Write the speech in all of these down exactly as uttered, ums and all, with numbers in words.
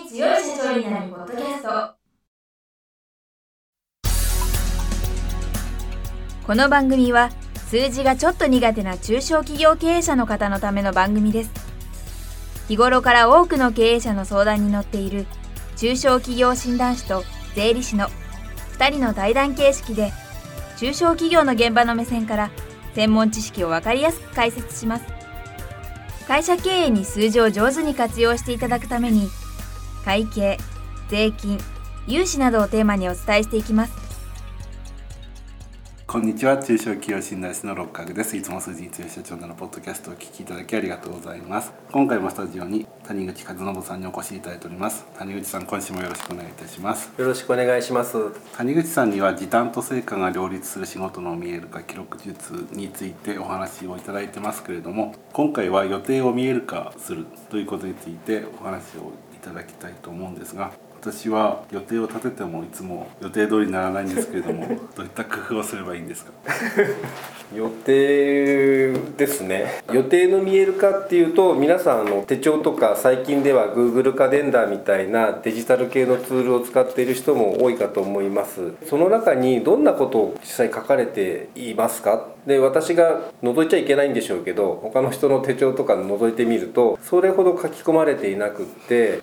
強い社長になるポッドキャスト。この番組は数字がちょっと苦手な中小企業経営者の方のための番組です。日頃から多くの経営者の相談に乗っている中小企業診断士と税理士のふたりの対談形式で、中小企業の現場の目線から専門知識を分かりやすく解説します。会社経営に数字を上手に活用していただくために、会計、税金、融資などをテーマにお伝えしていきます。 こんにちは、中小企業診断士の六角です。いつも数字に強い社長なのポッドキャストをお聞きいただきありがとうございます。今回もスタジオに谷口和信さんにお越しいただいております。谷口さん、今週もよろしくお願いいたします。 よろしくお願いします。 谷口さんには時短と成果が両立する仕事の見える化記録術についてお話をいただいてますけれども、今回は予定を見える化するということについてお話をいただきたいと思うんですが、私は予定を立ててもいつも予定通りにならないんですけれどもどういった工夫をすればいいんですか？ 予定ですね。予定の見える化っていうと、皆さんの手帳とか最近では Google カレンダーみたいなデジタル系のツールを使っている人も多いかと思います。その中にどんなことを実際書かれていますか？で、私が覗いちゃいけないんでしょうけど、他の人の手帳とか覗いてみるとそれほど書き込まれていなくって、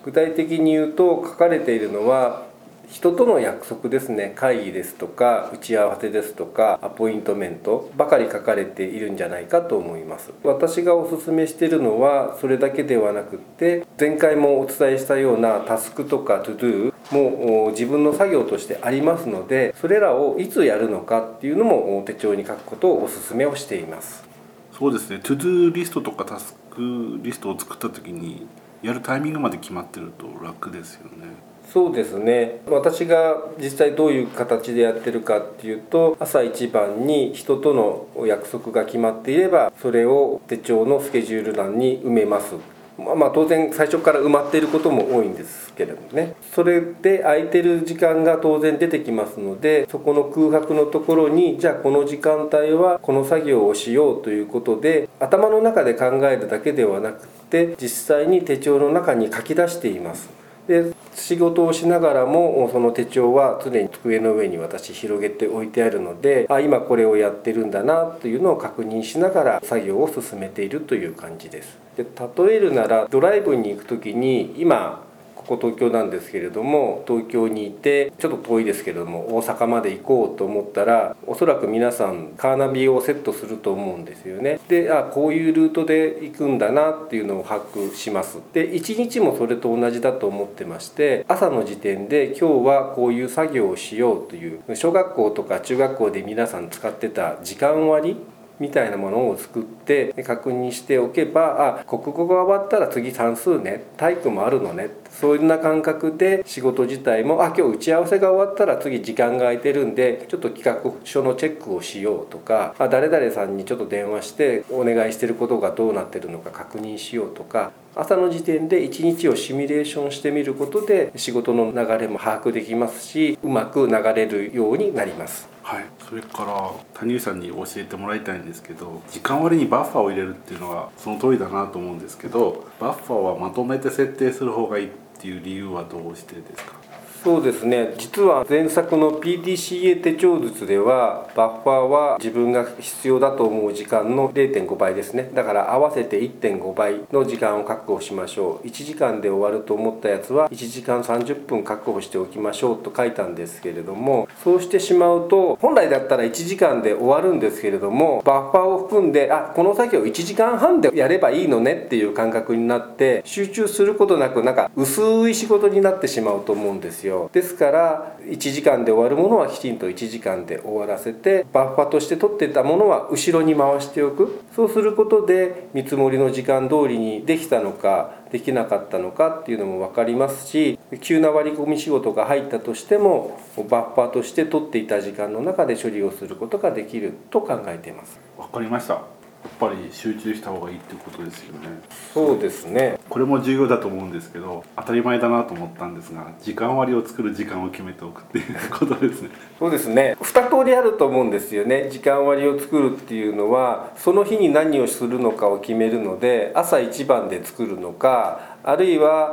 具体的に言うと書かれているのは人との約束ですね。会議ですとか打ち合わせですとかアポイントメントばかり書かれているんじゃないかと思います。私がお勧めしているのはそれだけではなくって、前回もお伝えしたようなタスクとかトゥドゥも自分の作業としてありますので、それらをいつやるのかっていうのも手帳に書くことをお勧めをしています。 そうですね。トゥドゥリストとかタスクリストを作った時にやるタイミングまで決まってると楽ですよね。 そうですね。私が実際どういう形でやってるかっていうと、朝一番に人との約束が決まっていればそれを手帳のスケジュール欄に埋めます。まあ、まあ当然最初から埋まっていることも多いんですけれどもね。それで空いてる時間が当然出てきますので、そこの空白のところに、じゃあこの時間帯はこの作業をしようということで、頭の中で考えるだけではなくて実際に手帳の中に書き出しています。で、仕事をしながらもその手帳は常に机の上に私広げて置いてあるので、あ、今これをやってるんだなというのを確認しながら作業を進めているという感じです。で、例えるならドライブに行くときに、今ここ東京なんですけれども、東京にいてちょっと遠いですけれども大阪まで行こうと思ったら、おそらく皆さんカーナビをセットすると思うんですよね。で、あ、こういうルートで行くんだなっていうのを把握します。で、いちにちもそれと同じだと思ってまして、朝の時点で今日はこういう作業をしようという、小学校とか中学校で皆さん使ってた時間割みたいなものを作って確認しておけば、あ、国語が終わったら次算数ね、体育もあるのね、そういうな感覚で仕事自体も、あ、今日打ち合わせが終わったら次時間が空いてるんでちょっと企画書のチェックをしようとか、あ、誰々さんにちょっと電話してお願いしてることがどうなってるのか確認しようとか、朝の時点でいちにちをシミュレーションしてみることで仕事の流れも把握できますし、うまく流れるようになります。 はい、それから谷口さんに教えてもらいたいんですけど、時間割にバッファーを入れるっていうのはその通りだなと思うんですけど、バッファーはまとめて設定する方がいいっていう理由はどうしてですか？ そうですね。実は前作の ピーディーシーエー 手帳術ではバッファーは自分が必要だと思う時間の れいてんご 倍ですね。だから合わせて いってんご 倍の時間を確保しましょう。いちじかんで終わると思ったやつはいちじかんさんじゅっぷん確保しておきましょうと書いたんですけれども、そうしてしまうと本来だったらいちじかんで終わるんですけれども、バッファーを含んで、あ、この作業いちじかんはんでやればいいのねっていう感覚になって集中することなく、なんか薄い仕事になってしまうと思うんですよ。ですからいちじかんで終わるものはきちんといちじかんで終わらせて、バッファとして取っていたものは後ろに回しておく。そうすることで見積もりの時間通りにできたのかできなかったのかっていうのも分かりますし、急な割り込み仕事が入ったとしてもバッファとして取っていた時間の中で処理をすることができると考えています。 わかりました。やっぱり集中した方がいいっていうことですよね。 そうですね。 これも重要だと思うんですけど、当たり前だなと思ったんですが、時間割を作る時間を決めておくっていうことですね。 そうですね。に通りあると思うんですよね。時間割を作るっていうのはその日に何をするのかを決めるので、朝一番で作るのか、あるいは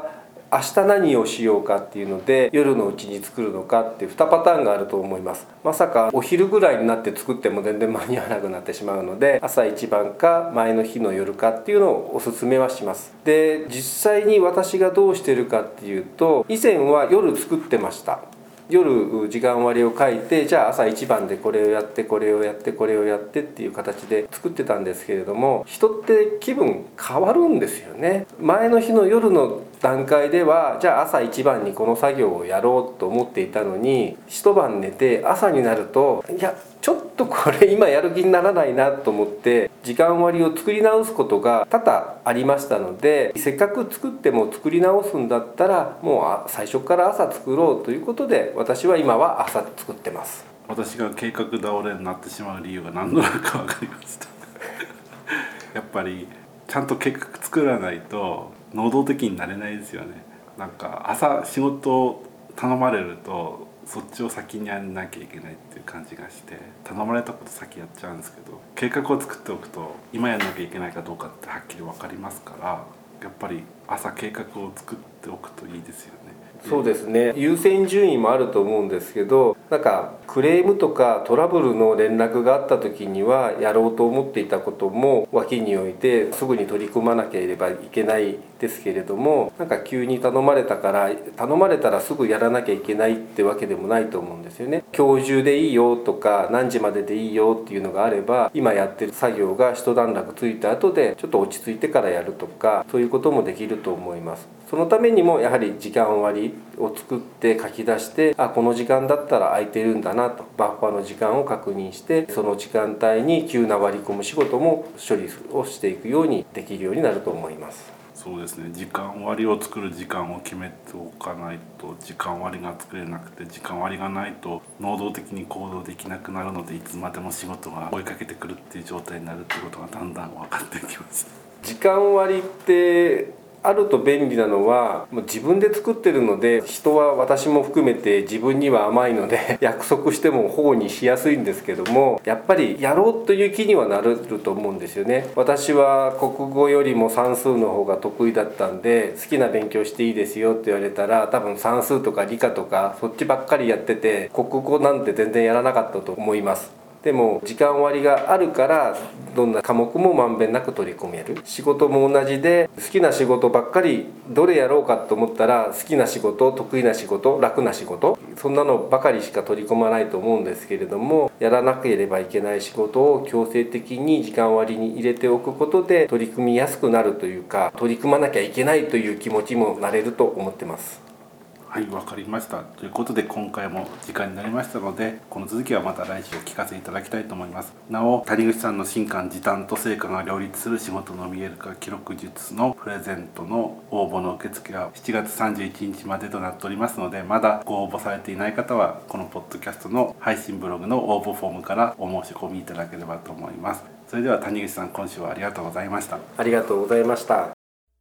明日何をしようかっていうので夜のうちに作るのかっていうにパターンがあると思います。まさかお昼ぐらいになって作っても全然間に合わなくなってしまうので、朝一番か前の日の夜かっていうのをおすすめはします。で、実際に私がどうしてるかっていうと、以前は夜作ってました。夜時間割を書いて、じゃあ朝一番でこれをやってこれをやってこれをやってっていう形で作ってたんですけれども、人って気分変わるんですよね。前の日の夜の段階ではじゃあ朝一番にこの作業をやろうと思っていたのに、一晩寝て朝になるといやちょっとこれ今やる気にならないなと思って時間割を作り直すことが多々ありましたので、せっかく作っても作り直すんだったらもう最初から朝作ろうということで、私は今は朝作ってます。 私が計画倒れになってしまう理由が何となく分かりましたやっぱりちゃんと計画作らないと能動的になれないですよね。なんか朝仕事を頼まれるとそっちを先にやんなきゃいけないっていう感じがして、頼まれたこと先やっちゃうんですけど、計画を作っておくと今やんなきゃいけないかどうかってはっきり分かりますから、やっぱり朝計画を作っておくといいですよね。 そうですね、優先順位もあると思うんですけど、なんかクレームとかトラブルの連絡があった時にはやろうと思っていたことも脇に置いてすぐに取り組まなければいけないですけれども、なんか急に頼まれたから頼まれたらすぐやらなきゃいけないってわけでもないと思うんですよね。今日中でいいよとか何時まででいいよっていうのがあれば、今やってる作業が一段落ついた後でちょっと落ち着いてからやるとか、そういうこともできると思います。そのためにもやはり時間割を作って書き出して、あ、この時間だったら空いてるんだなとバッファーの時間を確認して、その時間帯に急な割り込む仕事も処理をしていくようにできるようになると思います。 そうですね、時間割を作る時間を決めておかないと時間割が作れなくて、時間割がないと能動的に行動できなくなるので、いつまでも仕事が追いかけてくるっていう状態になるってことがだんだん分かってきました。 時間割ってあると便利なのは、もう自分で作ってるので、人は私も含めて自分には甘いので約束しても保護にしやすいんですけども、やっぱりやろうという気にはなると思うんですよね。私は国語よりも算数の方が得意だったんで、好きな勉強していいですよって言われたら、多分算数とか理科とかそっちばっかりやってて、国語なんて全然やらなかったと思います。でも時間割があるからどんな科目もまんべんなく取り込める。仕事も同じで、好きな仕事ばっかりどれやろうかと思ったら、好きな仕事、得意な仕事、楽な仕事、そんなのばかりしか取り込まないと思うんですけれども、やらなければいけない仕事を強制的に時間割に入れておくことで取り組みやすくなるというか、取り組まなきゃいけないという気持ちもなれると思ってます。 はい、わかりました。ということで今回も時間になりましたので、この続きはまた来週お聞かせいただきたいと思います。なお、谷口さんの新刊時短と成果が両立する仕事の見える化記録術のプレゼントの応募の受付はしちがつさんじゅういちにちまでとなっておりますので、まだご応募されていない方はこのポッドキャストの配信ブログの応募フォームからお申し込みいただければと思います。それでは谷口さん、今週はありがとうございました。 ありがとうございました。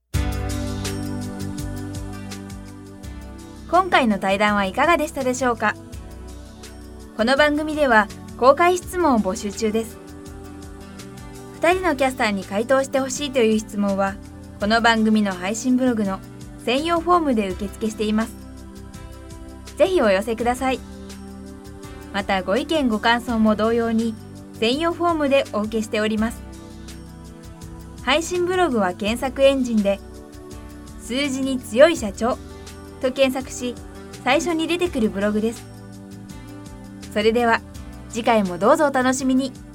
今回の対談はいかがでしたでしょうか。この番組では公開質問を募集中です。ふたりのキャスターに回答してほしいという質問は、この番組の配信ブログの専用フォームで受付しています。ぜひお寄せください。またご意見ご感想も同様に専用フォームでお受けしております。配信ブログは検索エンジンで数字に強い社長と検索し、最初に出てくるブログです。それでは次回もどうぞお楽しみに。